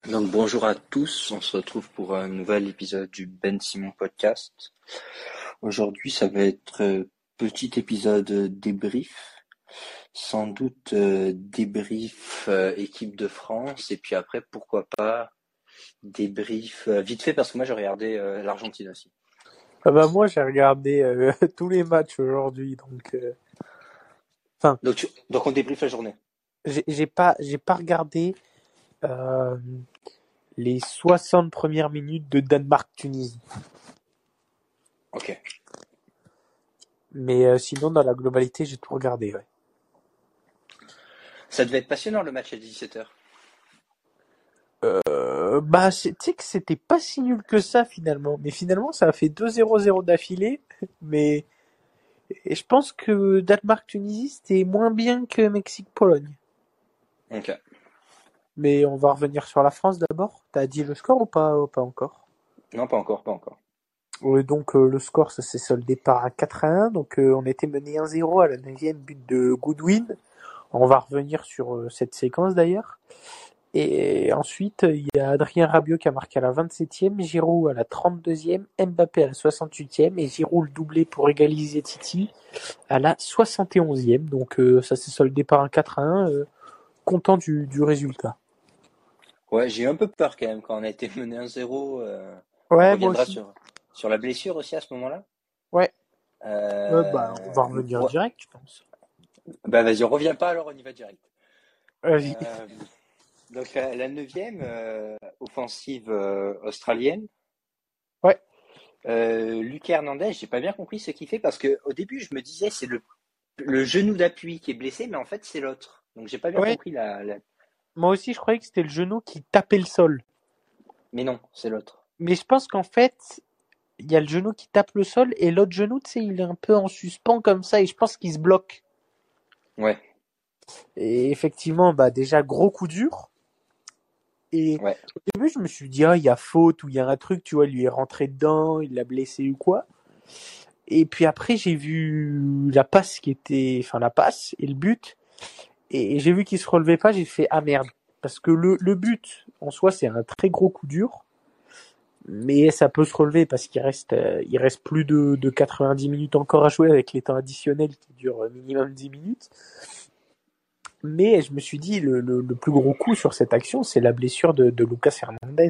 Donc bonjour à tous, on se retrouve pour un nouvel épisode du Ben Simon Podcast. Aujourd'hui ça va être petit épisode débrief, sans doute débrief équipe de France et puis après pourquoi pas débrief vite fait parce que moi j'ai regardé l'Argentine aussi. Ah bah moi j'ai regardé tous les matchs aujourd'hui enfin Donc on débrief la journée. j'ai pas regardé euh, les 60 premières minutes de Danemark-Tunisie, Ok. mais sinon dans la globalité j'ai tout regardé, ouais. Ça devait être passionnant le match à 17h. Tu sais que c'était pas si nul que ça finalement, mais finalement ça a fait 2-0-0 d'affilée, mais et je pense que Danemark-Tunisie c'était moins bien que Mexique-Pologne. Ok. Mais on va revenir sur la France d'abord. T'as dit le score ou pas encore? Non, pas encore, pas encore. Donc le score, ça s'est soldé par un 4-1. Donc on était mené 1-0 à la 9e, but de Goodwin. On va revenir sur cette séquence d'ailleurs. Et ensuite, il y a Adrien Rabiot qui a marqué à la 27e, Giroud à la 32e, Mbappé à la 68e et Giroud le doublé pour égaliser Titi à la 71e. Donc ça s'est soldé par un 4-1. Content du résultat. Ouais, j'ai eu un peu peur quand même quand on a été mené 1-0. On Ouais, moi reviendra aussi. sur la blessure aussi à ce moment-là. Ouais. On va revenir Ouais, direct, je pense. bah vas-y, on revient pas alors on y va direct. Vas-y. Euh, donc la neuvième offensive australienne, Ouais. Lucas Hernandez, j'ai pas bien compris ce qu'il fait parce que au début je me disais c'est le genou d'appui qui est blessé, mais en fait c'est l'autre. Donc j'ai pas bien Ouais. compris Moi aussi, je croyais que c'était le genou qui tapait le sol. mais non, c'est l'autre. Mais je pense qu'en fait, il y a le genou qui tape le sol et l'autre genou, tu sais, il est un peu en suspens comme ça et je pense qu'il se bloque. Ouais, Et effectivement, bah déjà gros coup dur. Et ouais. au début, je me suis dit, ah, il y a faute ou il y a un truc, tu vois, il lui est rentré dedans, il l'a blessé ou quoi. Et puis après, j'ai vu la passe et le but. Et j'ai vu qu'il se relevait pas, j'ai fait, ah merde. Parce que le but, en soi, c'est un très gros coup dur. Mais ça peut se relever parce il reste plus de 90 minutes encore à jouer avec les temps additionnels qui durent minimum 10 minutes. Mais je me suis dit, le plus gros coup sur cette action, c'est la blessure de Lucas Hernandez,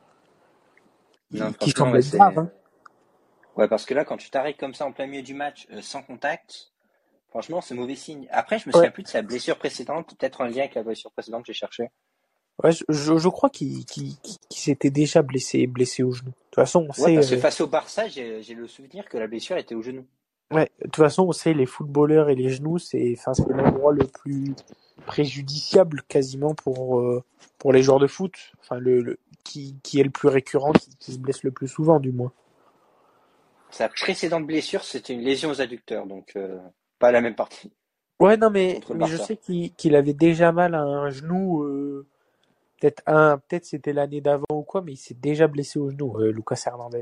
Non, qui franchement, semble ouais, être grave, c'est. hein. Ouais, parce que là, quand tu t'arrêtes comme ça en plein milieu du match, sans contact, franchement, c'est mauvais signe. Après, je me souviens Ouais, plus de sa blessure précédente, peut-être un lien avec la blessure précédente, j'ai cherché. ouais, je crois qu'il s'était déjà blessé au genou. De toute façon, on Ouais, sait, parce que face au Barça, j'ai le souvenir que la blessure était au genou. ouais, de toute façon, on sait, les footballeurs et les genoux, c'est l'endroit le plus préjudiciable quasiment pour les joueurs de foot. Enfin, qui est le plus récurrent, qui se blesse le plus souvent, du moins. Sa précédente blessure, c'était une lésion aux adducteurs, donc pas la même partie Ouais, non, contre le mais je Barça. sais qu'il avait déjà mal à un genou. Peut-être c'était l'année d'avant ou quoi, mais il s'est déjà blessé au genou, Lucas Hernandez.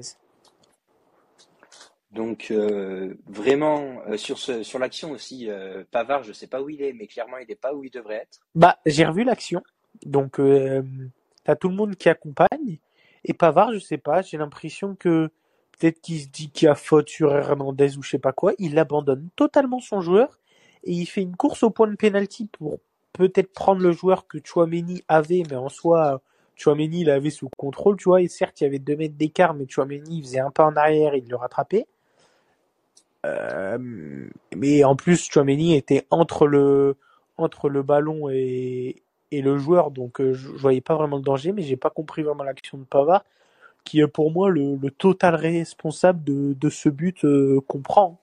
Donc vraiment sur l'action aussi, Pavard, je sais pas où il est, mais clairement il est pas où il devrait être. Bah, j'ai revu l'action. Donc, t'as tout le monde qui accompagne. Et Pavard, je sais pas, j'ai l'impression que peut-être qu'il se dit qu'il y a faute sur Hernandez ou je sais pas quoi. Il abandonne totalement son joueur et il fait une course au point de pénalty pour peut-être prendre le joueur que Tchouaméni avait, mais en soi, Tchouaméni il avait sous contrôle, tu vois. Et certes, il y avait 2 mètres d'écart, mais Tchouaméni il faisait un pas en arrière et il le rattrapait. Mais en plus, Tchouaméni était entre le ballon et le joueur, donc je voyais pas vraiment le danger, mais j'ai pas compris vraiment l'action de Pavard, qui est pour moi le total responsable de ce but qu'on prend.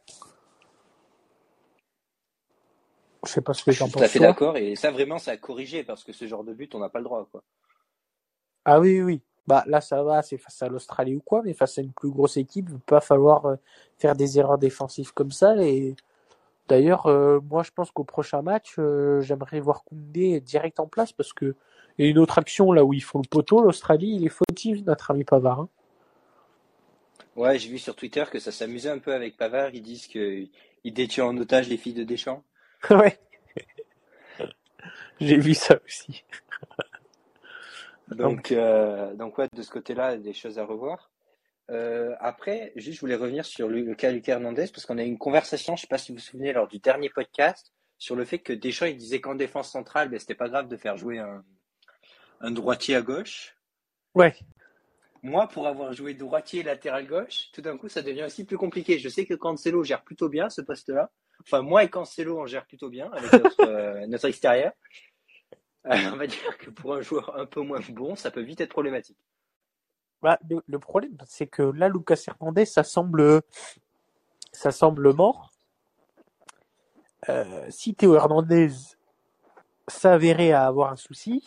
Je sais pas ce que Je t'en suis tout à penses fait toi. d'accord et ça vraiment ça a corrigé parce que ce genre de but on n'a pas le droit quoi. Ah oui, oui, oui. Bah là ça va, c'est face à l'Australie ou quoi, mais face à une plus grosse équipe, il va pas falloir faire des erreurs défensives comme ça. Et d'ailleurs, moi je pense qu'au prochain match, j'aimerais voir Koundé direct en place parce que il y a une autre action là où ils font le poteau, l'Australie, il est fautif, notre ami Pavard, hein. Ouais, j'ai vu sur Twitter que ça s'amusait un peu avec Pavard, ils disent que il détient en otage les filles de Deschamps. Ouais, j'ai vu ça aussi. Donc ouais, de ce côté-là, des choses à revoir. Après, juste, je voulais revenir sur le cas Lucas Hernandez parce qu'on a eu une conversation, je sais pas si vous vous souvenez, lors du dernier podcast, sur le fait que Deschamps il disait qu'en défense centrale, ben, c'était pas grave de faire jouer un droitier à gauche. Ouais. Moi, pour avoir joué droitier latéral gauche, tout d'un coup, ça devient aussi plus compliqué. Je sais que Cancelo gère plutôt bien ce poste-là. Enfin, moi et Cancelo, on gère plutôt bien avec notre extérieur. On va dire que pour un joueur un peu moins bon, ça peut vite être problématique. Bah, le problème, c'est que là, Lucas Hernandez, ça semble mort. Si Théo Hernandez s'avérait à avoir un souci,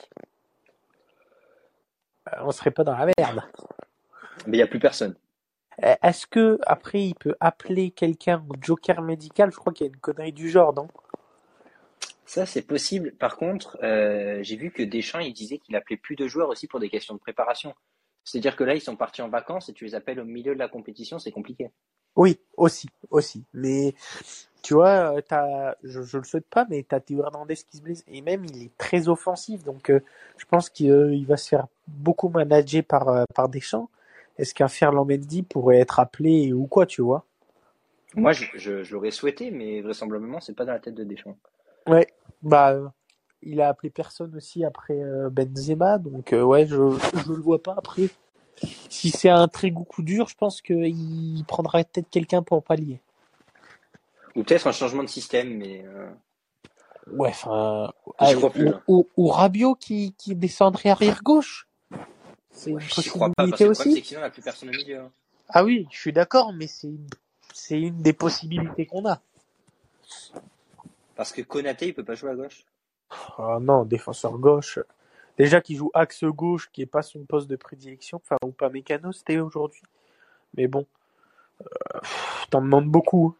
on serait pas dans la merde. Mais il n'y a plus personne. Est-ce que après il peut appeler quelqu'un en joker médical? Je crois qu'il y a une connerie du genre, non? Ça, c'est possible. Par contre, j'ai vu que Deschamps, il disait qu'il appelait plus de joueurs aussi pour des questions de préparation. C'est-à-dire que là, ils sont partis en vacances et tu les appelles au milieu de la compétition, c'est compliqué. Oui, aussi. Mais tu vois, je le souhaite pas, mais t'as Théo Hernandez qui se blesse et même il est très offensif, donc je pense qu'il va se faire beaucoup manager par Deschamps. Est-ce qu'un Ferland Mendy pourrait être appelé ou quoi, tu vois? Moi, je l'aurais souhaité, mais vraisemblablement, c'est pas dans la tête de Deschamps. Ouais, bah il a appelé personne aussi après Benzema, donc ouais, je le vois pas après. Si c'est un très gros coup dur, je pense qu'il prendra peut-être quelqu'un pour pallier. Ou peut-être un changement de système, mais Ouais, enfin, j'y crois plus. Hein. ou Rabiot qui descendrait arrière gauche. C'est une J'y crois pas, parce possibilité que le problème, c'est aussi. que sinon, on n'a plus personne au milieu. Hein. Ah oui, je suis d'accord, mais c'est une des possibilités qu'on a. Parce que Konaté, il peut pas jouer à gauche. Ah non, défenseur gauche. Déjà qui joue axe gauche, qui est pas son poste de prédilection, enfin ou pas Mécano, c'était aujourd'hui. Mais bon, t'en demandes beaucoup.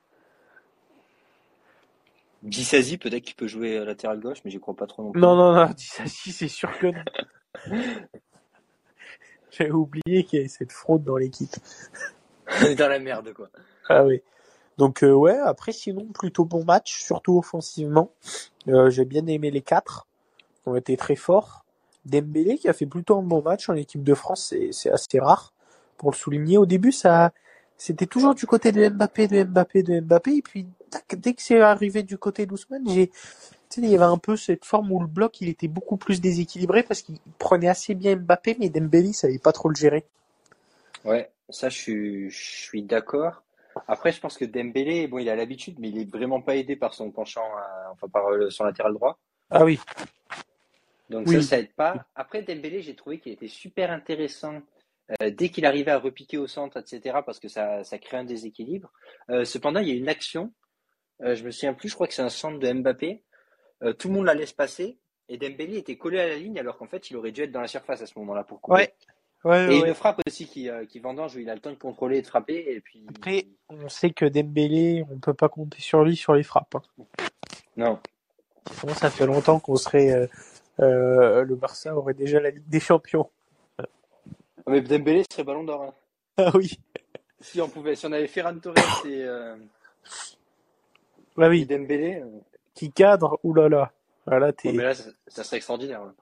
Dissasi, peut-être qu'il peut jouer latéral gauche, mais j'y crois pas trop non plus. Non, dis ça si, c'est sûr que non. J'avais oublié qu'il y avait cette fraude dans l'équipe. On est dans la merde, quoi. Ah oui. Donc ouais, après sinon plutôt bon match, surtout offensivement. J'ai bien aimé les quatre, qui ont été très forts. Dembélé qui a fait plutôt un bon match en équipe de France, c'est assez rare pour le souligner. Au début, c'était toujours du côté de Mbappé, et puis tac, dès que c'est arrivé du côté d'Ousmane, tu sais, il y avait un peu cette forme où le bloc il était beaucoup plus déséquilibré parce qu'il prenait assez bien Mbappé, mais Dembélé savait pas trop le gérer. Ouais, ça, je suis d'accord. Après, je pense que Dembélé, bon, il a l'habitude, mais il est vraiment pas aidé par son penchant, enfin, par son latéral droit. Ah oui, Donc oui, ça aide pas. Après, Dembélé, j'ai trouvé qu'il était super intéressant dès qu'il arrivait à repiquer au centre, etc., parce que ça crée un déséquilibre. Cependant, il y a une action, je me souviens plus, je crois que c'est un centre de Mbappé. Tout le monde la laisse passer, et Dembélé était collé à la ligne, alors qu'en fait, il aurait dû être dans la surface à ce moment-là pour couper. ouais, ouais, Et une ouais. frappe aussi qui vendange, où il a le temps de contrôler et de frapper, et puis... Après, on sait que Dembélé, on peut pas compter sur lui sur les frappes. Hein. Non. Sinon, ça fait longtemps qu'on serait, le Barça aurait déjà la Ligue des Champions. Mais Dembélé serait ballon d'or. Hein. Ah oui, Si on avait Ferran Torres bah et oui, Dembélé, qui cadre, oulala. Voilà, ouais, mais là, ça serait extraordinaire. Hein.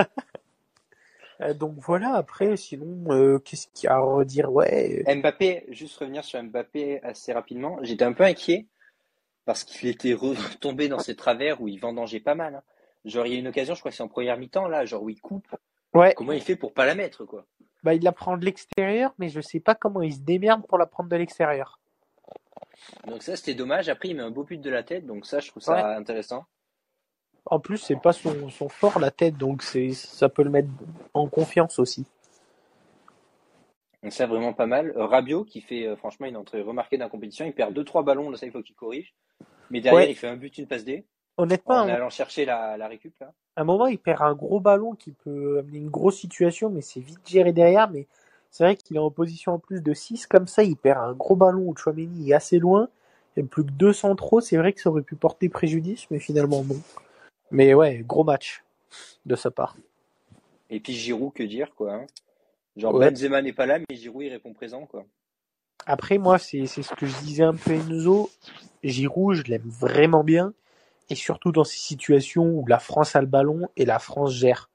Donc voilà, après, sinon, qu'est-ce qu'il y a à redire? Ouais, Mbappé, juste revenir sur Mbappé assez rapidement, j'étais un peu inquiet parce qu'il était retombé dans ses travers où il vendangeait pas mal. Hein. Genre, il y a une occasion, je crois que c'est en première mi-temps, là, genre où il coupe. ouais, Comment il fait pour pas la mettre, quoi? bah il la prend de l'extérieur, mais je sais pas comment il se démerde pour la prendre de l'extérieur. Donc ça, c'était dommage. Après, il met un beau but de la tête, donc ça, je trouve Ouais. ça intéressant. En plus, c'est pas son fort, la tête, donc ça peut le mettre en confiance aussi. Donc ça, vraiment pas mal. Rabiot, qui fait franchement une entrée remarquée dans la compétition, il perd deux trois ballons, là, ça, il faut qu'il corrige. Mais derrière, Ouais, il fait un but, une passe D, honnêtement, en allant chercher la récup, là. à un moment, il perd un gros ballon qui peut amener une grosse situation, mais c'est vite géré derrière. Mais c'est vrai qu'il est en position en plus de 6 comme ça, il perd un gros ballon où Tchouaméni est assez loin. Il n'y a plus que 2 centraux, c'est vrai que ça aurait pu porter préjudice, mais finalement non. Mais ouais, gros match de sa part. Et puis Giroud, que dire, quoi. Hein. Genre Ouais. Benzema n'est pas là, mais Giroud, il répond présent, quoi. Après, moi, c'est ce que je disais un peu à Enzo. Giroud, je l'aime vraiment bien. Et surtout dans ces situations où la France a le ballon et la France gère.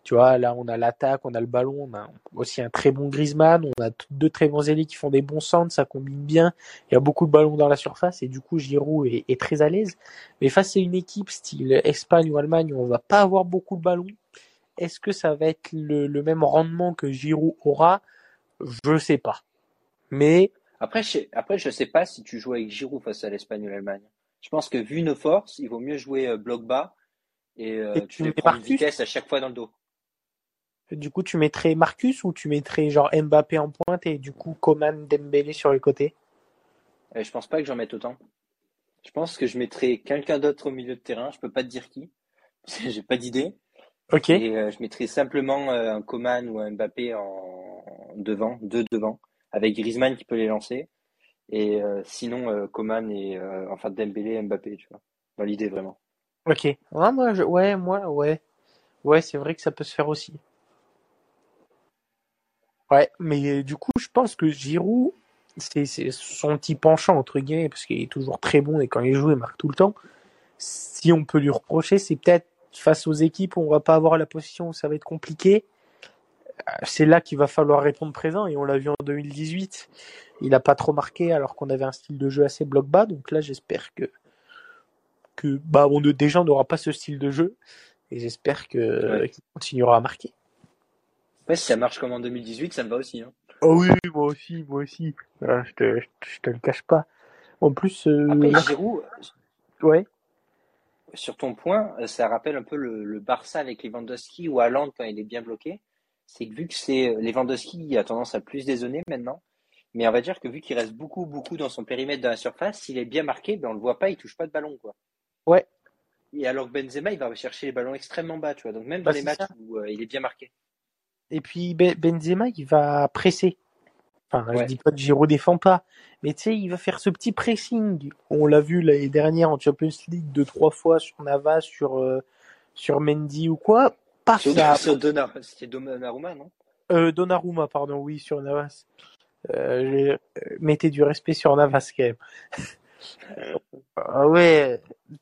Tu vois, là, on a l'attaque, on a le ballon, on a aussi un très bon Griezmann, on a deux très bons ailiers qui font des bons centres, ça combine bien. Il y a beaucoup de ballons dans la surface et du coup, Giroud est très à l'aise. Mais face à une équipe style Espagne ou Allemagne où on va pas avoir beaucoup de ballons, est-ce que ça va être le même rendement que Giroud aura? Je sais pas. Mais Après, je sais pas si tu joues avec Giroud face à l'Espagne ou l'Allemagne. Je pense que vu nos forces, il vaut mieux jouer bloc bas et et tu tu mets les prends une Marcus? vitesse à chaque fois dans le dos. Du coup, tu mettrais Marcus ou tu mettrais genre Mbappé en pointe et du coup Coman, Dembélé sur les côtés? Je pense pas que j'en mette autant. Je pense que je mettrais quelqu'un d'autre au milieu de terrain. Je peux pas te dire qui, parce que j'ai pas d'idée. Ok, Et je mettrais simplement un Coman ou un Mbappé en devant, deux devant, avec Griezmann qui peut les lancer. Et sinon, Coman et enfin Dembélé, Mbappé, tu vois. Dans l'idée vraiment. ok. Ouais, ouais, c'est vrai que ça peut se faire aussi. Ouais, mais du coup, je pense que Giroud, c'est son petit penchant, entre guillemets, parce qu'il est toujours très bon et quand il joue, il marque tout le temps. Si on peut lui reprocher, c'est peut-être face aux équipes où on va pas avoir la position où ça va être compliqué. C'est là qu'il va falloir répondre présent et on l'a vu en 2018. Il a pas trop marqué alors qu'on avait un style de jeu assez bloc bas. Donc là, j'espère que bah, déjà, on n'aura pas ce style de jeu et j'espère Ouais. qu'il continuera à marquer. Ouais, si ça marche comme en 2018, ça me va aussi, hein. Oh oui, moi aussi. Ah, je te le cache pas. En plus, Après, Giroud, ouais, sur ton point, ça rappelle un peu le Barça avec Lewandowski ou Haaland quand il est bien bloqué. C'est que vu que c'est Lewandowski a tendance à plus dézonner maintenant, mais on va dire que vu qu'il reste beaucoup dans son périmètre de la surface, s'il est bien marqué, ben on le voit pas, il touche pas de ballon, quoi. ouais, Et alors que Benzema, il va chercher les ballons extrêmement bas, tu vois. Donc même dans bah les c'est ça. matchs où il est bien marqué. Et puis Benzema, il va presser. Enfin, je Ouais, dis pas que Giroud défend pas, mais tu sais, il va faire ce petit pressing. On l'a vu l'année dernière en Champions League deux, trois fois sur Navas, sur Mendy ou quoi. Paf, sur, ça. sur c'était Donnarumma, non? Donnarumma, pardon, oui, sur Navas. Mettez du respect sur Navas quand même. Ah ouais,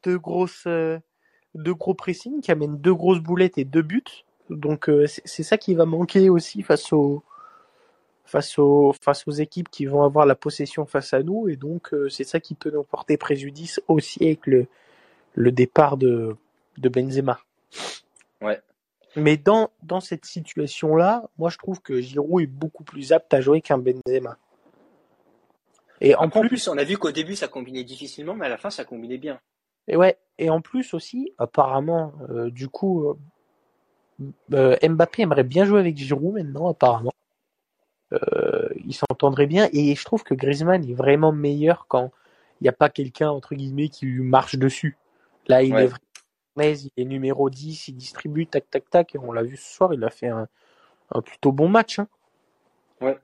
deux gros pressing qui amènent deux grosses boulettes et deux buts. Donc c'est ça qui va manquer aussi face aux équipes qui vont avoir la possession face à nous et donc c'est ça qui peut nous porter préjudice aussi avec le départ de Benzema. Ouais. Mais dans cette situation-là, moi je trouve que Giroud est beaucoup plus apte à jouer qu'un Benzema. Et en Après, en plus, plus, on a vu qu'au début, ça combinait difficilement, mais à la fin, ça combinait bien. et en plus aussi, apparemment, du coup, Mbappé aimerait bien jouer avec Giroud maintenant, apparemment. Ils s'entendraient bien et je trouve que Griezmann est vraiment meilleur quand il n'y a pas quelqu'un entre guillemets qui lui marche dessus. Là, il est Ouais, vraiment aise, il est numéro 10, il distribue tac tac tac et on l'a vu ce soir, il a fait un plutôt bon match. Hein. ouais.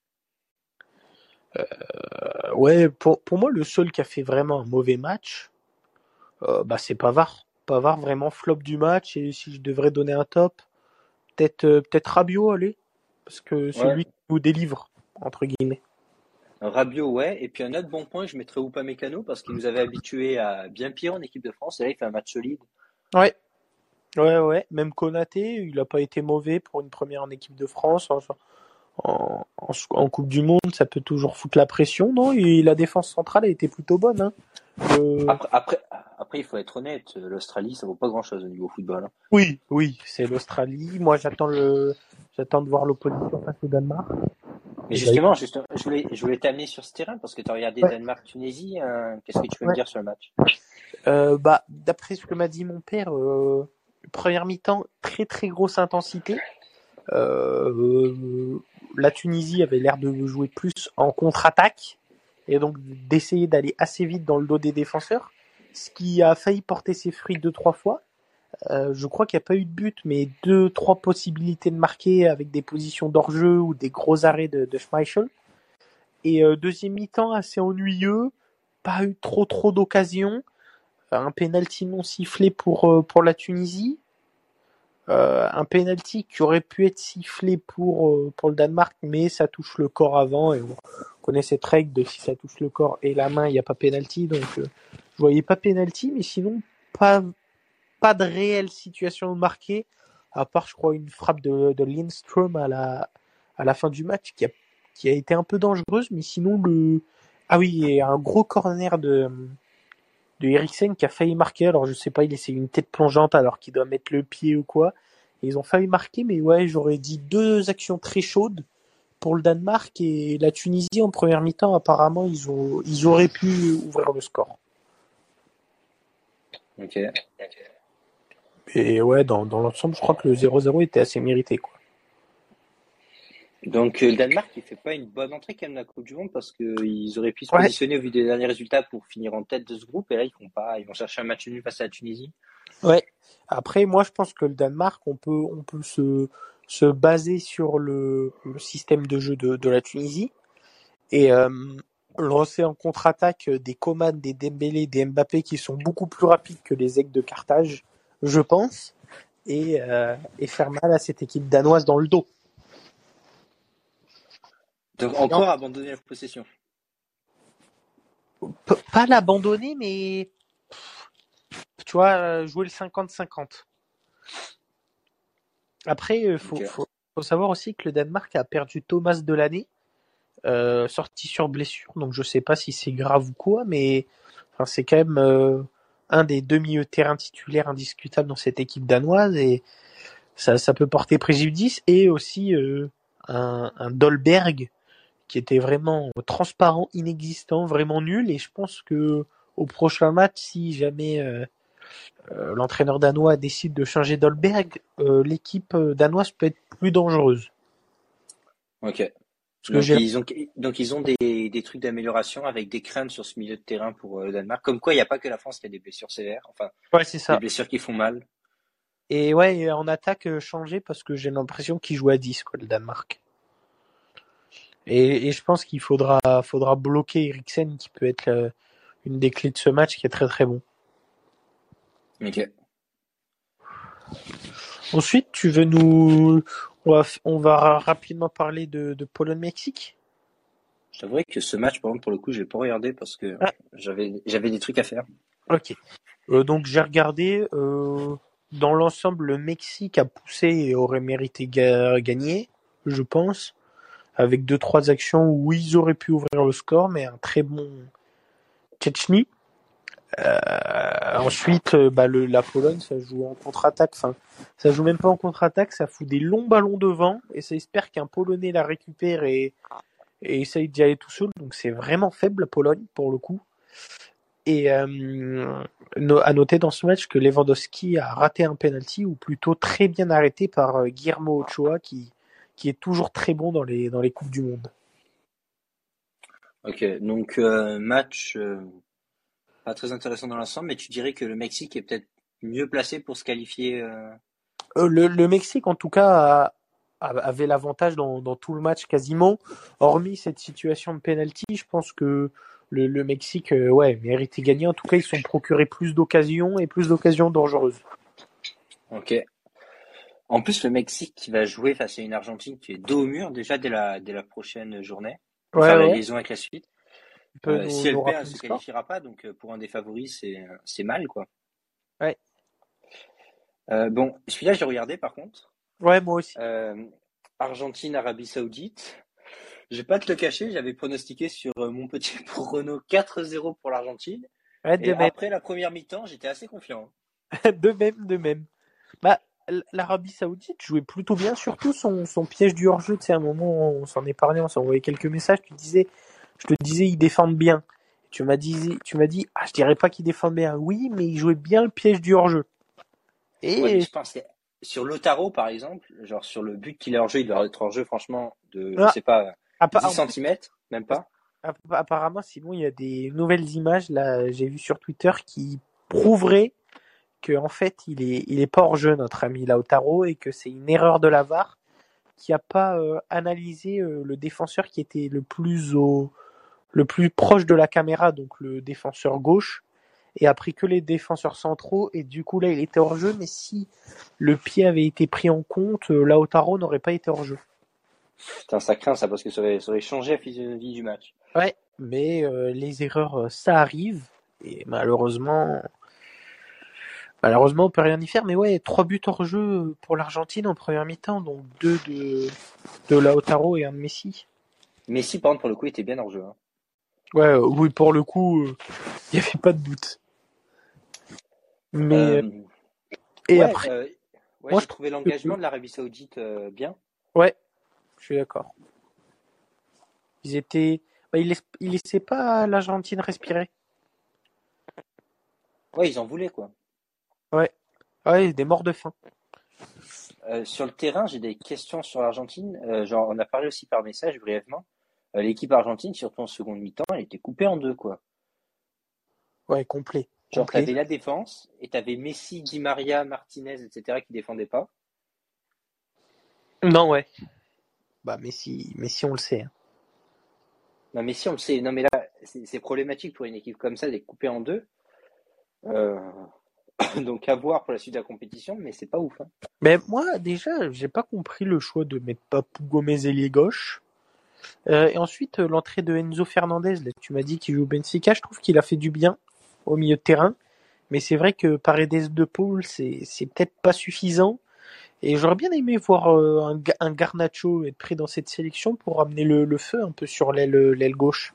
Ouais, pour moi le seul qui a fait vraiment un mauvais match, bah c'est Pavard. Pavard vraiment flop du match et si je devrais donner un top, peut-être Rabiot allez parce que c'est Ouais. lui qui nous délivre entre guillemets. Rabiot, ouais. Et puis un autre bon point, je mettrais Upamecano parce qu'il nous avait habitués à bien pire en équipe de France. Et là, il fait un match solide. Ouais, ouais. Même Konaté, il a pas été mauvais pour une première en équipe de France. En Coupe du Monde, ça peut toujours foutre la pression, non? Et la défense centrale a été plutôt bonne, hein. Euh, Après, après, après, il faut être honnête, l'Australie, ça vaut pas grand-chose au niveau football, hein. oui, c'est l'Australie. Moi, j'attends de voir l'opposition face au Danemark. Mais Et d'ailleurs, justement, je voulais t'amener sur ce terrain parce que tu as regardé ouais, Danemark-Tunisie. Qu'est-ce que tu veux me ouais. dire sur le match? Bah, d'après ce que m'a dit mon père, première mi-temps, très très grosse intensité. La Tunisie avait l'air de jouer plus en contre-attaque et donc d'essayer d'aller assez vite dans le dos des défenseurs, ce qui a failli porter ses fruits deux trois fois. Je crois qu'il n'y a pas eu de but, mais deux trois possibilités de marquer avec des positions d'hors-jeu ou des gros arrêts de Schmeichel. Et deuxième mi-temps assez ennuyeux, pas eu trop d'occasions, un penalty non sifflé pour la Tunisie. Un penalty qui aurait pu être sifflé pour le Danemark, mais ça touche le corps avant et on connaît cette règle de si ça touche le corps et la main, il n'y a pas penalty. Donc je voyais pas penalty, mais sinon pas de réelle situation marquée, à part, je crois, une frappe de Lindström à la fin du match qui a été un peu dangereuse, mais sinon ah oui, et un gros corner de Eriksen qui a failli marquer. Alors je sais pas, il essaie une tête plongeante alors qu'il doit mettre le pied ou quoi. Et ils ont failli marquer, mais ouais, j'aurais dit deux actions très chaudes pour le Danemark et la Tunisie en première mi-temps. Apparemment, ils auraient pu ouvrir le score. Ok. Et ouais, dans l'ensemble, je crois que le 0-0 était assez mérité, quoi. Donc le Danemark, il fait pas une bonne entrée quand même dans la Coupe du Monde parce qu'ils auraient pu se Ouais, positionner au vu des derniers résultats pour finir en tête de ce groupe et là ils font pas, ils vont chercher un match nul face à la Tunisie. ouais. Après, moi, je pense que le Danemark, on peut se baser sur le système de jeu de la Tunisie et lancer en contre-attaque des Coman, des Dembélé, des Mbappé qui sont beaucoup plus rapides que les Aigles de Carthage, je pense, et faire mal à cette équipe danoise dans le dos. Donc Non, encore abandonner la possession. pas l'abandonner, mais tu vois, jouer le 50-50. Après, Ok. faut savoir aussi que le Danemark a perdu Thomas Delaney, sorti sur blessure, donc je sais pas si c'est grave ou quoi, mais enfin, c'est quand même un des deux milieux de terrain titulaires indiscutables dans cette équipe danoise et ça peut porter préjudice. Et aussi un Dolberg qui était vraiment transparent, inexistant, vraiment nul. Et je pense que au prochain match, si jamais l'entraîneur danois décide de changer Dolberg, l'équipe danoise peut être plus dangereuse. Ok. Parce que Donc j'ai ils ont des trucs d'amélioration avec des craintes sur ce milieu de terrain pour le Danemark. Comme quoi il n'y a pas que la France qui a des blessures sévères, enfin ouais, c'est des ça. blessures qui font mal. Et ouais, et en attaque changé parce que j'ai l'impression qu'il joue à 10 quoi, le Danemark. Et je pense qu'il faudra bloquer Eriksen qui peut être une des clés de ce match qui est très très bon. Ok. Ensuite, on va rapidement parler de Pologne-Mexique. Je t'avouerai que ce match, par exemple, pour le coup, je l'ai pas regardé parce que Ah, j'avais des trucs à faire. ok. Donc j'ai regardé. Dans l'ensemble, le Mexique a poussé et aurait mérité gagner, je pense, avec deux trois actions où ils auraient pu ouvrir le score, mais un très bon Tchetchny. Ensuite, la Pologne, ça joue en contre-attaque. Enfin, ça joue même pas en contre-attaque, ça fout des longs ballons devant et ça espère qu'un Polonais la récupère et essaye d'y aller tout seul. Donc c'est vraiment faible la Pologne pour le coup. Et à noter dans ce match que Lewandowski a raté un penalty ou plutôt très bien arrêté par Guillermo Ochoa qui est toujours très bon dans les coupes du monde. Ok. Donc match pas très intéressant dans l'ensemble, mais tu dirais que le Mexique est peut-être mieux placé pour se qualifier. Le Mexique, en tout cas, avait l'avantage dans tout le match quasiment. Hormis cette situation de penalty, je pense que le Mexique, ouais, méritait gagner. En tout cas, ils se sont procurés plus d'occasions et plus d'occasions dangereuses. Ok. En plus, le Mexique qui va jouer face à une Argentine qui est dos au mur déjà dès la prochaine journée pour Ouais, faire la ouais. liaison avec la suite. Tu peux Si nous elle perd, elle rappeler le se score? qualifiera pas. Donc pour un des favoris, c'est mal quoi. Ouais. Bon, celui-là j'ai regardé par contre. Ouais, moi aussi. Euh, Argentine, Arabie Saoudite. Je vais pas te le cacher, j'avais pronostiqué sur mon petit prono 4-0 pour l'Argentine. Ouais, Et de même. après la première mi-temps, j'étais assez confiant. De même, de même. Bah, l'Arabie Saoudite jouait plutôt bien, surtout son piège du hors-jeu. Tu sais, à un moment, on s'en est parlé, on s'est envoyé quelques messages. Je te disais, ils défendent bien. Tu m'as dit, ah, je dirais pas qu'ils défendent bien. Oui, mais ils jouaient bien le piège du hors-jeu. Ouais, mais Et, je pense que sur Lautaro, par exemple, genre sur le but qu'il est hors jeu, il doit être hors jeu, franchement, de, je ah, sais pas, 10 en plus, centimètres, même pas. apparemment, sinon, il y a des nouvelles images, là, j'ai vu sur Twitter, qui prouveraient que, en fait, il est pas hors-jeu, notre ami Lautaro, et que c'est une erreur de la VAR qui a pas analysé le défenseur qui était le plus proche de la caméra, donc le défenseur gauche, et a pris que les défenseurs centraux, et du coup là il était hors jeu, mais si le pied avait été pris en compte, Lautaro n'aurait pas été hors jeu. Putain, ça craint ça parce que ça aurait changé la physionomie du match. Ouais, mais les erreurs ça arrive, et Malheureusement, on peut rien y faire, mais ouais, 3 buts hors jeu pour l'Argentine en première mi-temps, donc 2 de Lautaro et un de Messi. Messi, par contre, pour le coup, était bien hors jeu. Hein. Ouais, oui, pour le coup, il n'y avait pas de doute. Mais, Euh, et ouais, après, ouais, moi j'ai je trouve trouvé que, l'engagement de l'Arabie Saoudite bien. ouais, je suis d'accord. Ils étaient, ils laissaient pas l'Argentine respirer. Ouais, ils en voulaient, quoi. Ouais, ouais, des morts de faim. Sur le terrain, j'ai des questions sur l'Argentine. Genre, on a parlé aussi par message brièvement. L'équipe argentine, surtout en seconde mi-temps, elle était coupée en deux, quoi. Ouais, complet, Genre, complet. t'avais la défense et t'avais Messi, Di Maria, Martinez, etc. qui défendaient pas. Non, ouais. Bah, Messi, on le sait, hein. Non, Messi, on le sait. Non, mais là, c'est problématique pour une équipe comme ça d'être coupée en deux. Euh, donc, à voir pour la suite de la compétition, mais c'est pas ouf. Hein. Mais moi, déjà, j'ai pas compris le choix de mettre Papou Gomez ailier gauche. Et ensuite, l'entrée de Enzo Fernandez, là, tu m'as dit qu'il joue au Benfica, je trouve qu'il a fait du bien au milieu de terrain. Mais c'est vrai que Paredes de Paul, c'est peut-être pas suffisant. Et j'aurais bien aimé voir un Garnacho être pris dans cette sélection pour amener le feu un peu sur l'aile gauche.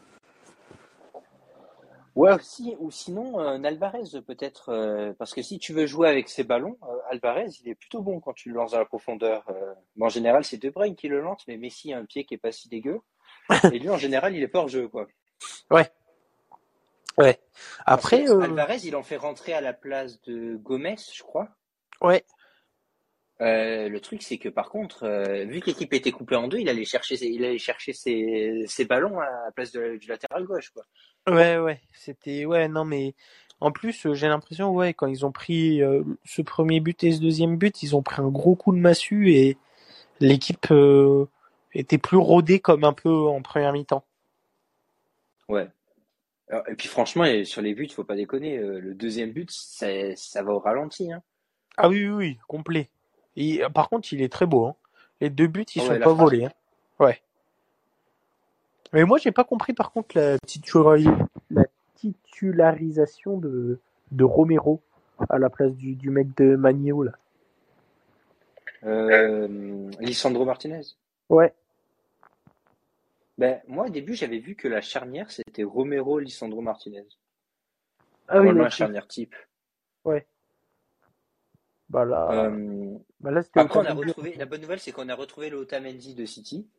Ouais, aussi, ou sinon, Alvarez, peut-être. Parce que si tu veux jouer avec ces ballons, Alvarez, il est plutôt bon quand tu le lances dans la profondeur. Bon, en général, c'est De Bruyne qui le lance, mais Messi a un pied qui est pas si dégueu. Et lui, en général, il est pas hors jeu, quoi. Ouais, ouais. Parce que Après, Alvarez, il en fait rentrer à la place de Gomez, je crois. ouais, Le truc, c'est que par contre, vu que l'équipe était coupée en deux, il allait chercher ses ballons à la place du latéral gauche, quoi. ouais. C'était, ouais, non, mais en plus, j'ai l'impression, ouais, quand ils ont pris ce premier but et ce deuxième but, ils ont pris un gros coup de massue et l'équipe était plus rodée comme un peu en première mi-temps. Ouais. Et puis franchement, sur les buts, il faut pas déconner. Le deuxième but, ça va au ralenti, hein. Ah oui, oui, oui, complet. Et, par contre, il est très beau, hein. Les 2 buts, ils Ah sont ouais, la pas frappe. volés, hein. Ouais. Mais moi, j'ai pas compris par contre la titularisation de Romero à la place du mec de Magno là. Lisandro Martinez. Ouais. Ben, moi, au début, j'avais vu que la charnière, c'était Romero, Lisandro Martinez. Ah oui, Normalement, la ok. charnière type. Ouais. Bah là, Euh, bah là c'était Après, on a Otamendi. retrouvé. La bonne nouvelle, c'est qu'on a retrouvé le Otamendi de City.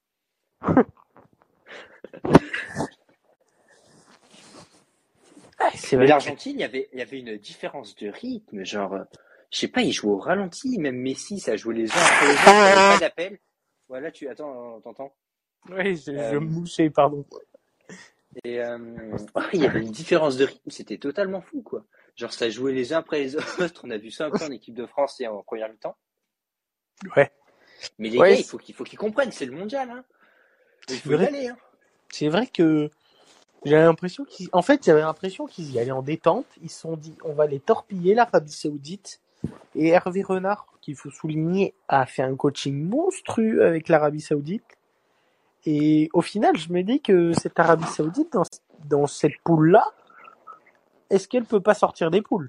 Ah, c'est Mais vrai que. l'Argentine, il y avait une différence de rythme. Genre, je sais pas, ils jouaient au ralenti. Même Messi, ça jouait les uns après les autres. Il n'y avait pas d'appel. Voilà, attends, t'entends? Oui, je me Euh, mouchais, pardon. et ouais, il y avait une différence de rythme. C'était totalement fou, quoi. Genre, ça jouait les uns après les autres. On a vu ça un peu en équipe de France et en première mi-temps. Ouais. Mais les Ouais, gars, il faut qu'ils comprennent. C'est le mondial, hein. Il c'est faut y vrai. aller, hein. C'est vrai que en fait, j'avais l'impression qu'ils y allaient en détente. Ils se sont dit, on va les torpiller, l'Arabie Saoudite. Et Hervé Renard, qu'il faut souligner, a fait un coaching monstrueux avec l'Arabie Saoudite. Et au final, je me dis que cette Arabie Saoudite, dans cette poule-là, est-ce qu'elle peut pas sortir des poules?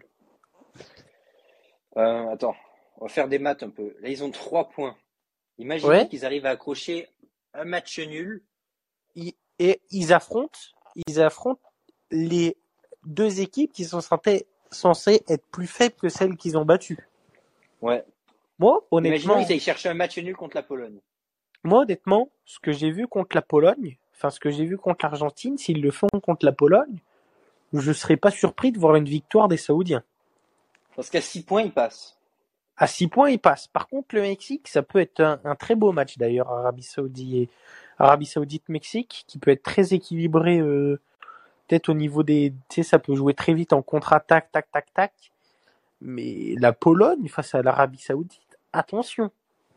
Attends, on va faire des maths un peu. Là, ils ont 3 points. Imaginons Ouais. qu'ils arrivent à accrocher un match nul. Et ils affrontent les deux équipes qui sont censées être plus faibles que celles qu'ils ont battues. Ouais. Moi, Imaginons honnêtement, qu'ils aillent chercher un match nul contre la Pologne. ce que j'ai vu contre la Pologne, enfin, ce que j'ai vu contre l'Argentine, s'ils le font contre la Pologne, je serais pas surpris de voir une victoire des Saoudiens. Parce qu'à 6 points, ils passent. À 6 points, ils passent. Par contre, le Mexique, ça peut être un très beau match d'ailleurs, Arabie Saoudite-Mexique, qui peut être très équilibré, peut-être au niveau des, tu sais, ça peut jouer très vite en contre-attaque, tac, tac, tac. Mais la Pologne face à l'Arabie Saoudite, attention.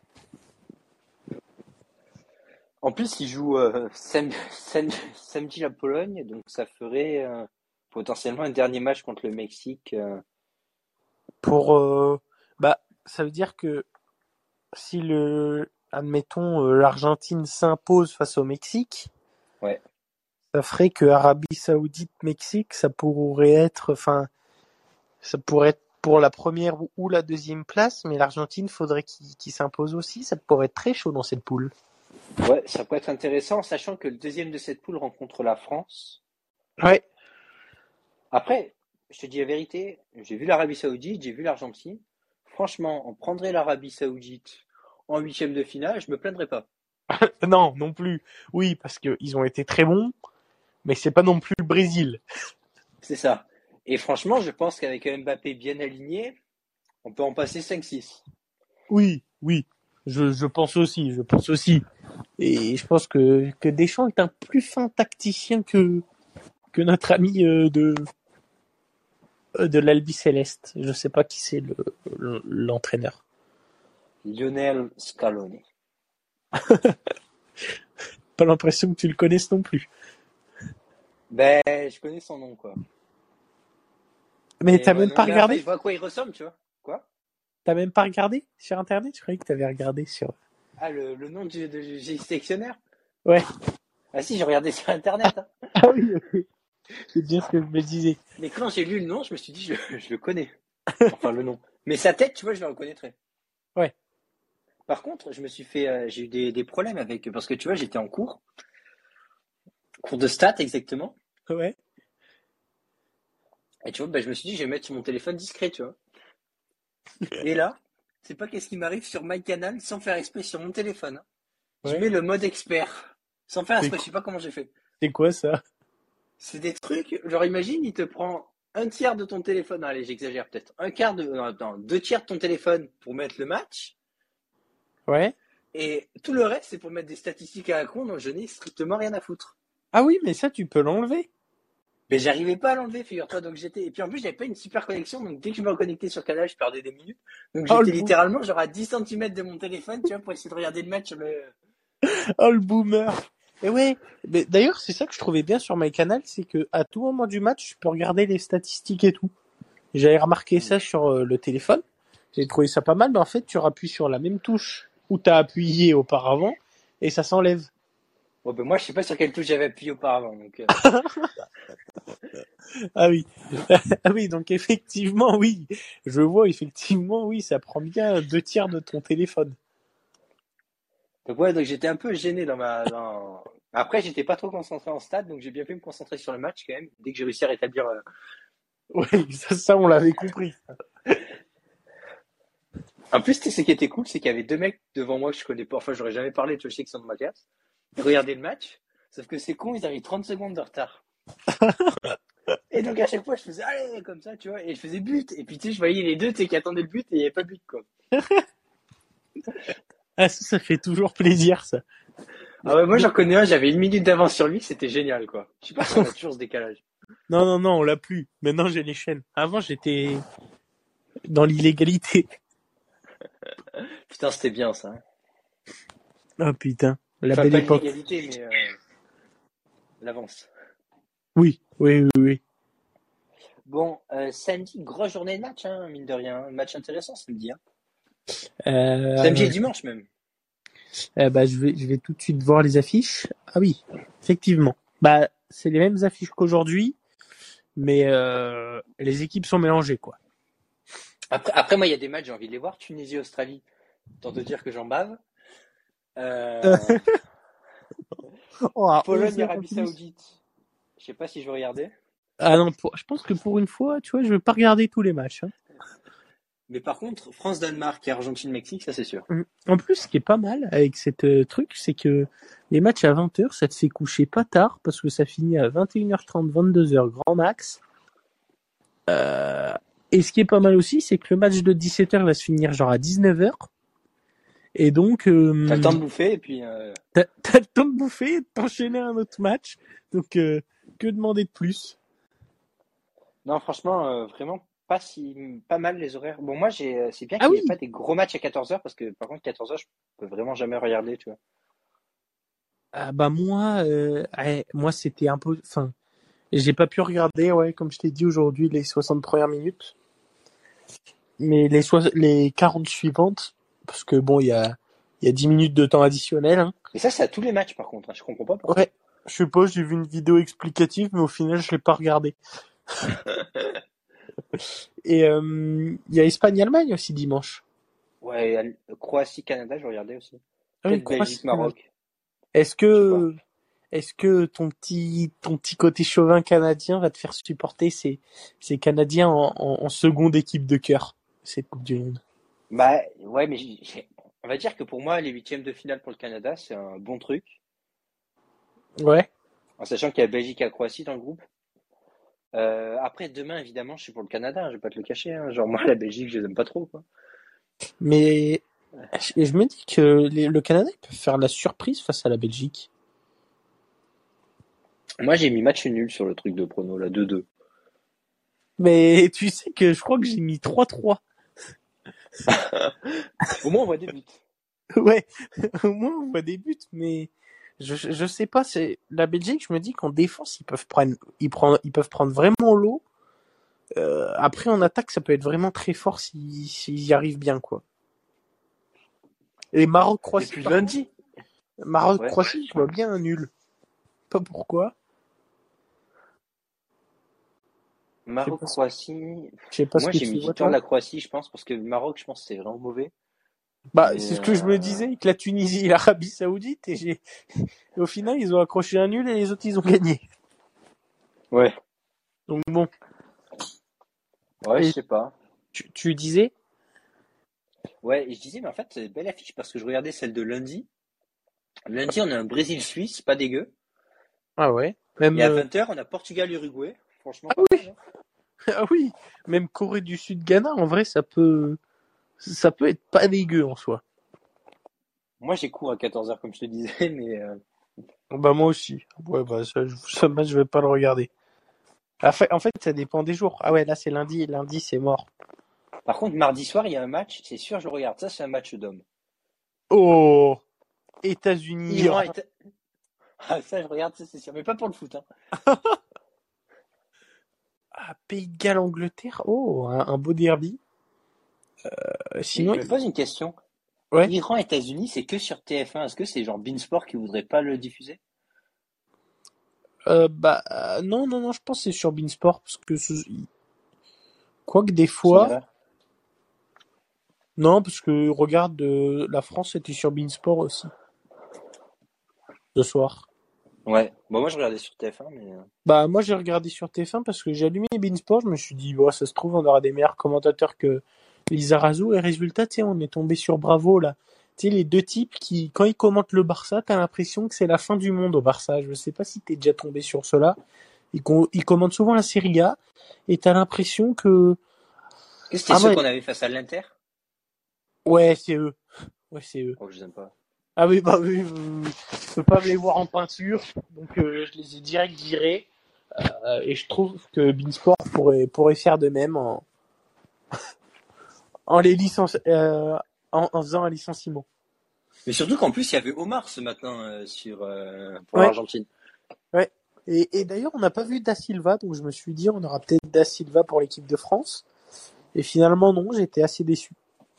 En plus, ils jouent samedi la Pologne, donc ça ferait potentiellement un dernier match contre le Mexique. Pour, bah, ça veut dire que si admettons, l'Argentine s'impose face au Mexique, Ouais. ça ferait que Arabie Saoudite-Mexique, ça pourrait être, enfin, ça pourrait être pour la première ou la deuxième place, mais l'Argentine, faudrait qu'il s'impose aussi. Ça pourrait être très chaud dans cette poule. Ouais, ça peut être intéressant, sachant que le deuxième de cette poule rencontre la France. Ouais. Après, je te dis la vérité, j'ai vu l'Arabie Saoudite, j'ai vu l'Argentine. Franchement, on prendrait l'Arabie Saoudite en huitième de finale, je me plaindrais pas. Non, non plus. Oui, parce qu'ils ont été très bons, mais c'est pas non plus le Brésil. C'est ça. Et franchement, je pense qu'avec un Mbappé bien aligné, on peut en passer 5-6. Oui, oui. Je pense aussi, je pense aussi. Et je pense que Deschamps est un plus fin tacticien que notre ami de l'Albi Céleste. Je sais pas qui c'est l'entraîneur. Lionel Scaloni. Pas l'impression que tu le connaisses non plus. Ben, je connais son nom, quoi. Mais Et t'as ouais, même non, pas mais enfin, regardé? je vois à quoi il ressemble, tu vois. Quoi? T'as même pas regardé sur Internet? Je croyais que t'avais regardé sur... Ah, le nom du sélectionneur? Ouais. Ah si, j'ai regardé sur Internet, hein. Ah oui, ok. C'est bien ce que je me disais. Mais quand j'ai lu le nom, je me suis dit, je le connais. Enfin, le nom. Mais sa tête, tu vois, je la reconnaîtrais. Ouais. Par contre, j'ai eu des problèmes avec, parce que tu vois, j'étais en cours de stats exactement. Ouais. Et tu vois, ben, je me suis dit, je vais mettre sur mon téléphone discret, tu vois. Et là, c'est pas qu'est-ce qui m'arrive sur MyCanal sans faire exprès sur mon téléphone, hein. Je Ouais. mets le mode expert. Sans faire C'est exprès, je quoi, sais pas comment j'ai fait. c'est quoi ça? C'est des trucs, genre imagine, il te prend un tiers de ton téléphone, allez, j'exagère peut-être, un quart de, non, attends, deux tiers de ton téléphone pour mettre le match, Ouais. et tout le reste, c'est pour mettre des statistiques à la con, donc je n'ai strictement rien à foutre. Ah oui, mais ça, tu peux l'enlever. Mais j'arrivais pas à l'enlever, figure-toi, donc j'étais, et puis en plus, j'avais pas une super connexion, donc dès que je me reconnectais sur Canal, je perdais des minutes, donc Oh le, j'étais littéralement genre à 10 centimètres de mon téléphone, tu vois, pour essayer de regarder le match sur le... oh, le boomer. Et ouais. Mais d'ailleurs, c'est ça que je trouvais bien sur MyCanal, c'est que à tout moment du match, tu peux regarder les statistiques et tout. J'avais remarqué ça sur le téléphone. J'ai trouvé ça pas mal, mais en fait, tu appuies sur la même touche où tu as appuyé auparavant et ça s'enlève. Bon, ben moi, je sais pas sur quelle touche j'avais appuyé auparavant, donc... Ah oui. Ah oui, donc effectivement, oui. Je vois, effectivement, oui, ça prend bien 2 tiers de ton téléphone. Donc ouais, donc j'étais un peu gêné Après, j'étais pas trop concentré en stade, donc j'ai bien pu me concentrer sur le match quand même, dès que j'ai réussi à rétablir... Oui, ça on l'avait compris. En plus, tu sais, ce qui était cool, c'est qu'il y avait deux mecs devant moi que je connais pas, enfin, j'aurais jamais parlé, tu vois, je sais qu'ils sont de ma classe. Ils regardaient le match, sauf que c'est con, ils avaient 30 secondes de retard. Et donc à chaque fois, je faisais allez comme ça, tu vois, et je faisais but. Et puis tu sais, je voyais les deux, tu sais, qui attendaient le but et il n'y avait pas de but, quoi. Ah, ça fait toujours plaisir, ça. Ah ouais, moi j'en connais un, j'avais une minute d'avance sur lui, c'était génial, quoi. Je sais pas si on a toujours ce décalage. Non, non, non, on l'a plus. Maintenant, j'ai les chaînes. Avant, j'étais dans l'illégalité. Putain, c'était bien ça, hein. Oh putain, la Enfin, belle pas époque. l'illégalité, mais l'avance. Oui, oui, oui, oui. Bon, samedi, grosse journée de match, hein, mine de rien. Un match intéressant samedi, hein. Samedi et Euh, dimanche même. bah, je vais tout de suite voir les affiches. Ah oui, effectivement. Bah, c'est les mêmes affiches qu'aujourd'hui, mais les équipes sont mélangées, quoi. Après moi, il y a des matchs, j'ai envie de les voir. Tunisie-Australie, tant de dire que j'en bave. Euh, Oh, à 11 heures en Pologne-Arabie plus. Saoudite. Je sais pas si je vais regarder. Ah non, je pense que pour une fois, tu vois, je vais pas regarder tous les matchs, hein. Mais par contre, France-Danemark et Argentine-Mexique, ça c'est sûr. En plus, ce qui est pas mal avec cette truc, c'est que les matchs à 20h, ça te fait coucher pas tard parce que ça finit à 21h30, 22h grand max. Et ce qui est pas mal aussi, c'est que le match de 17h va se finir genre à 19h. Et donc, T'as le temps de bouffer et puis... t'as le temps de bouffer et de t'enchaîner un autre match. Donc, que demander de plus? Non, franchement, vraiment pas mal les horaires. Bon, moi, c'est bien Ah qu'il n'y ait pas oui. des gros matchs à 14h parce que par contre, 14h, je peux vraiment jamais regarder, tu vois. Ah bah moi, ouais, moi c'était un peu, enfin, j'ai pas pu regarder, ouais, comme je t'ai dit aujourd'hui, les 60 premières minutes. Mais les 40 suivantes, parce que bon, il y a 10 minutes de temps additionnel, hein. Et ça, c'est à tous les matchs par contre, hein. Je comprends pas pourquoi. Ouais. Je sais pas, j'ai vu une vidéo explicative, mais au final, je l'ai pas regardé. Et il y a Espagne-Allemagne aussi dimanche. Ouais, Croatie-Canada, je regardais aussi. Ah oui, Peut-être Croatie-Canada. Belgique-Maroc, Est-ce je sais pas. que est-ce que ton petit côté chauvin canadien va te faire supporter ces Canadiens en seconde équipe de cœur, cette Coupe du Monde? Bah ouais, mais on va dire que pour moi, les huitièmes de finale pour le Canada, c'est un bon truc. Ouais. En sachant qu'il y a Belgique et Croatie dans le groupe. Après, demain, évidemment, je suis pour le Canada, je vais pas te le cacher, hein. Genre, moi, la Belgique, je les aime pas trop, quoi. Mais je me dis que le Canada il peut faire la surprise face à la Belgique. Moi, j'ai mis match nul sur le truc de prono, là, 2-2. Mais tu sais que je crois que j'ai mis 3-3. Au moins, on voit des buts. Ouais, au moins on voit des buts, mais je sais pas, c'est la Belgique, je me dis qu'en défense, ils peuvent prendre vraiment l'eau. Après, en attaque, ça peut être vraiment très fort s'ils y arrivent bien, quoi. Et Et Maroc-Croatie, puis par contre, lundi, ouais. Maroc-Croatie, je vois bien un nul. Pas pourquoi. Je sais pas, Maroc-Croatie, je sais pas ce moi, que j'ai tu mis vois, victoire de toi. la Croatie, je pense, parce que le Maroc, je pense que c'est vraiment mauvais. Bah, c'est Mais, ce que je me disais avec la Tunisie et l'Arabie Saoudite, et au final, ils ont accroché un nul et les autres, ils ont gagné. ouais. Donc bon. Ouais, je Et sais pas. tu disais? Ouais, et je disais, mais en fait, c'est une belle affiche parce que je regardais celle de lundi. Lundi, on a un Brésil-Suisse, pas dégueu. Ah ouais. Et Même, à 20h, on a Portugal-Uruguay. Franchement, ah pas mal, oui, hein. ah oui, même Corée du Sud, Ghana, en vrai, ça peut être pas dégueu en soi. Moi, j'ai cours à 14h, comme je te disais, mais Bah moi aussi. Ouais, bah ça match, je vais pas le regarder. En fait, ça dépend des jours. Ah ouais, là c'est lundi, lundi c'est mort. par contre, mardi soir, il y a un match, c'est sûr, je le regarde. Ça, c'est un match d'hommes. Oh, États-Unis, Iran Iran. est. Ah, ça, je regarde, ça, c'est sûr. Mais pas pour le foot, hein. Ah, Pays de Galles, Angleterre. Oh, un beau derby. Mais Sinon, je me pose une question. ouais. Iran-États-Unis, c'est que sur TF1. Est-ce que c'est genre Beansport qui voudrait pas le diffuser? Non, non, non, je pense que c'est sur Beansport parce que quoique des C'est une fois, erreur. non, parce que regarde, la France était sur Beansport aussi ce soir. Ouais. Bon, moi, je regardais sur TF1, mais. Bah moi j'ai regardé sur TF1 parce que j'ai allumé Beansport, je me suis dit ouais, ça se trouve on aura des meilleurs commentateurs que Lizarazu et résultat tu sais on est tombé sur Bravo là. Tu sais les deux types qui quand ils commentent le Barça, t'as l'impression que c'est la fin du monde au Barça. Je sais pas si t'es déjà tombé sur cela. Ils commentent souvent la Serie A et t'as l'impression que Est-ce que c'était ah ceux ouais, qu'on avait face à l'Inter? ouais, c'est eux. Ouais, c'est eux. Oh, je les aime pas. Ah oui, bah oui, je peux pas me les voir en peinture, donc je les ai direct virés. Et je trouve que Beansport pourrait faire de même en les licence, en faisant un licenciement. Mais surtout qu'en plus, il y avait Omar ce matin pour Ouais, l'Argentine. ouais. Et d'ailleurs, on n'a pas vu Da Silva, donc je me suis dit, on aura peut-être Da Silva pour l'équipe de France. Et finalement, non, j'étais assez déçu.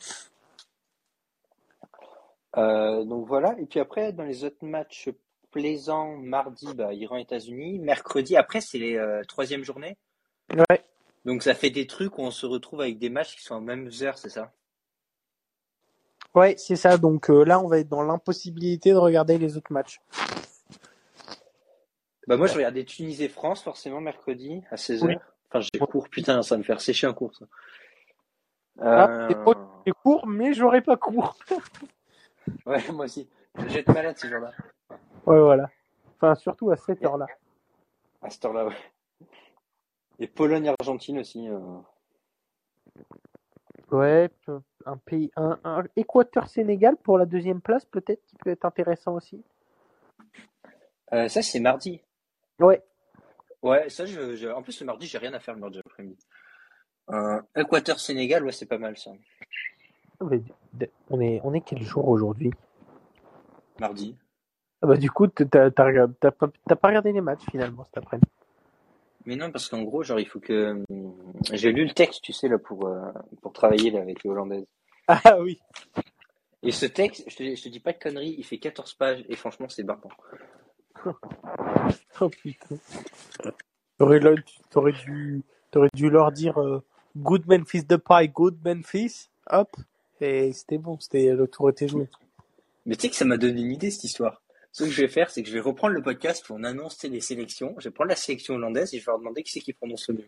Donc voilà. Et puis après, dans les autres matchs plaisants, mardi, bah, Iran-États-Unis. Mercredi, après, c'est les troisième journée. Ouais, Donc ça fait des trucs où on se retrouve avec des matchs qui sont aux mêmes heures, c'est ça? ouais, c'est ça. Donc là, on va être dans l'impossibilité de regarder les autres matchs. Bah moi, je regardais Tunisie-France, forcément, mercredi, à Oui. 16h. Enfin, j'ai cours, putain, ça va me faire sécher un cours, ça. Ah, moi, Euh... j'ai cours, mais j'aurais pas cours. Ouais, moi aussi. Je vais être malade ce jour-là. Ouais, voilà. Enfin, surtout à cette Et- heure-là. À cette heure-là, ouais. Et Pologne-Argentine aussi. Ouais, un pays, un Équateur-Sénégal pour la deuxième place, peut-être, qui peut être intéressant aussi. Ça, c'est mardi. Ouais. Ouais, ça, en plus, le mardi, j'ai rien à faire le mardi après-midi. Équateur-Sénégal, ouais, c'est pas mal, ça. Mais on est quel jour aujourd'hui? Mardi. Ah bah du coup, t'as pas regardé les matchs finalement cet après-midi. Mais non, parce qu'en gros, genre, il faut que. J'ai lu le texte, tu sais, là, pour travailler là, avec les Hollandaises. Ah oui. Et ce texte, je te dis pas de conneries, il fait 14 pages, et franchement, c'est barbant. Oh putain. T'aurais, le- t'aurais dû leur dire Good Memphis Depay, good Memphis, hop, et c'était bon, le tour était joué. Mais tu sais que ça m'a donné une idée, cette histoire. Ce que je vais faire, c'est que je vais reprendre le podcast où on annonce les sélections. Je vais prendre la sélection hollandaise et je vais leur demander qui c'est qui prononce le mieux.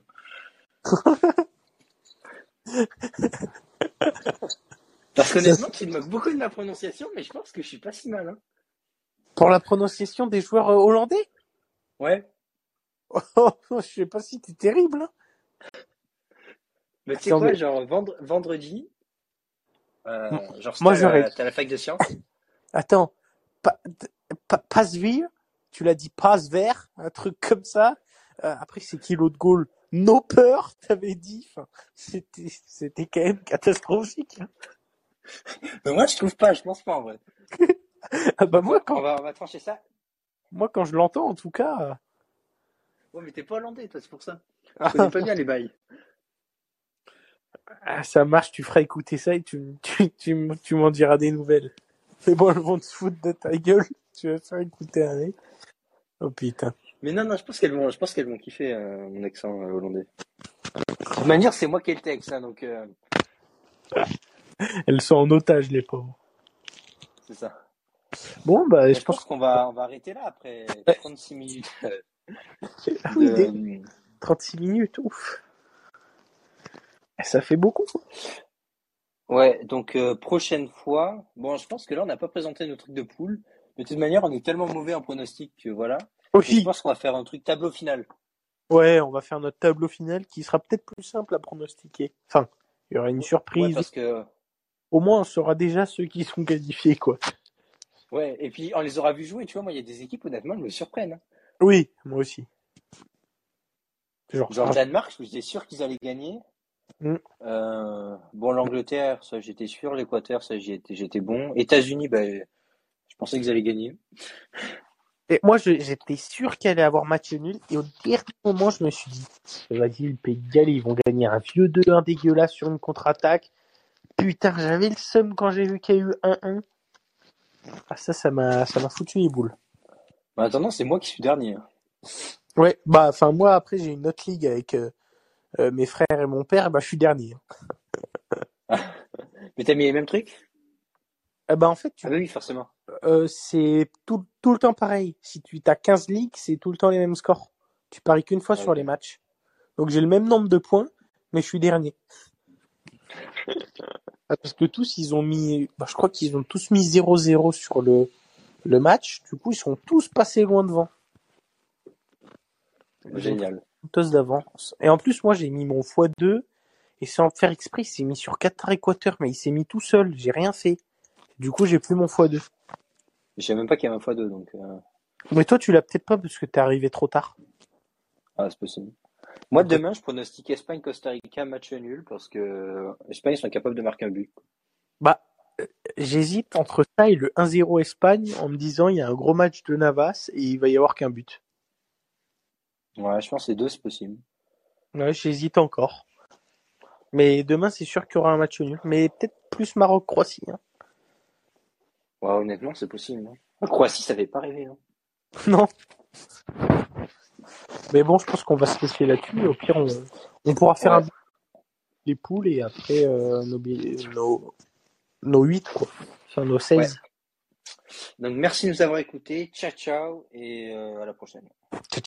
Parce qu'honnêtement, tu te moques beaucoup de ma prononciation, mais je pense que je suis pas si mal. Hein. Pour la prononciation des joueurs hollandais? Ouais. Oh, je sais pas si t'es terrible. Hein. Mais tu sais quoi, genre vendredi, genre moi t'as la fac de sciences. Attends, Pasveer, tu l'as dit passe vert, un truc comme ça. Après, c'est qui l'autre goal? No peur, t'avais dit. Enfin, c'était quand même catastrophique. Hein. Mais moi, je trouve pas, je pense pas en vrai. Ah bah moi, on va trancher ça. Moi, quand je l'entends, en tout cas. Ouais, mais t'es pas hollandais, toi, c'est pour ça. Je connais pas bien les bails. Ça marche, tu feras écouter ça et tu m'en diras des nouvelles. C'est bon, elles vont te foutre de ta gueule. Tu vas faire écouter un mec. Oh putain. Mais non, je pense qu'elles vont kiffer mon accent hollandais. De toute manière, c'est moi qui ai le texte, hein, donc. Elles sont en otage, les pauvres. C'est ça. Bon, bah, je pense qu'on va arrêter là après 36 minutes. Oui, 36 minutes, ouf. Ça fait beaucoup. Ouais, donc prochaine fois. Bon, je pense que là, on n'a pas présenté nos trucs de poule. De toute manière, on est tellement mauvais en pronostic que voilà. Oui. Et je pense qu'on va faire un truc tableau final. Ouais, on va faire notre tableau final qui sera peut-être plus simple à pronostiquer. Enfin, il y aura une surprise. Ouais, parce que. Au moins, on saura déjà ceux qui sont qualifiés, quoi. Ouais, et puis on les aura vus jouer, tu vois. Moi, il y a des équipes, honnêtement, elles me surprennent. Hein. Oui, moi aussi. Genre Danemark, j'étais sûr qu'ils allaient gagner. Bon, l'Angleterre, ça j'étais sûr. L'Équateur, ça j'étais bon. États-Unis, je pensais qu'ils allaient gagner. Et moi, j'étais sûr qu'il allait avoir match nul. Et au dernier moment, je me suis dit, vas-y, le Pays de Galles, ils vont gagner un vieux 2-1 dégueulasse sur une contre-attaque. Putain, j'avais le seum quand j'ai vu qu'il y a eu 1-1. Ah, ça m'a foutu les boules. En attendant, c'est moi qui suis dernier. Ouais, moi, après, j'ai une autre ligue avec mes frères et mon père, je suis dernier. Mais t'as mis les mêmes trucs? En fait, Ah bah oui, forcément. c'est tout le temps pareil. Si tu as 15 ligues, c'est tout le temps les mêmes scores. Tu paries qu'une fois sur les matchs. Donc j'ai le même nombre de points, mais je suis dernier. Parce que tous, ils ont mis, je crois qu'ils ont tous mis 0-0 sur le match. Du coup, ils sont tous passés loin devant. Génial. Tous d'avance. Et en plus, moi, j'ai mis mon x2. Et sans faire exprès, il s'est mis sur 4 équateurs, mais il s'est mis tout seul. J'ai rien fait. Du coup, j'ai plus mon x2. Je savais même pas qu'il y avait un x2, donc. Mais toi, tu l'as peut-être pas parce que t'es arrivé trop tard. Ah, c'est possible. Moi, demain, je pronostique Espagne-Costa Rica, match nul, parce que Espagne sont capables de marquer un but. J'hésite entre ça et le 1-0 Espagne en me disant il y a un gros match de Navas et il va y avoir qu'un but. Ouais, je pense que les deux, c'est possible. Ouais, j'hésite encore. Mais demain, c'est sûr qu'il y aura un match nul. Mais peut-être plus Maroc-Croatie. Hein. Ouais, honnêtement, c'est possible. Hein. Croatie, ça fait pas rêver. Hein. Non. Mais bon, je pense qu'on va se laisser là-dessus. Au pire, on pourra faire les poules et après nos 8, quoi. Enfin, nos 16. Ouais. Donc, merci de nous avoir écoutés. Ciao, ciao et à la prochaine.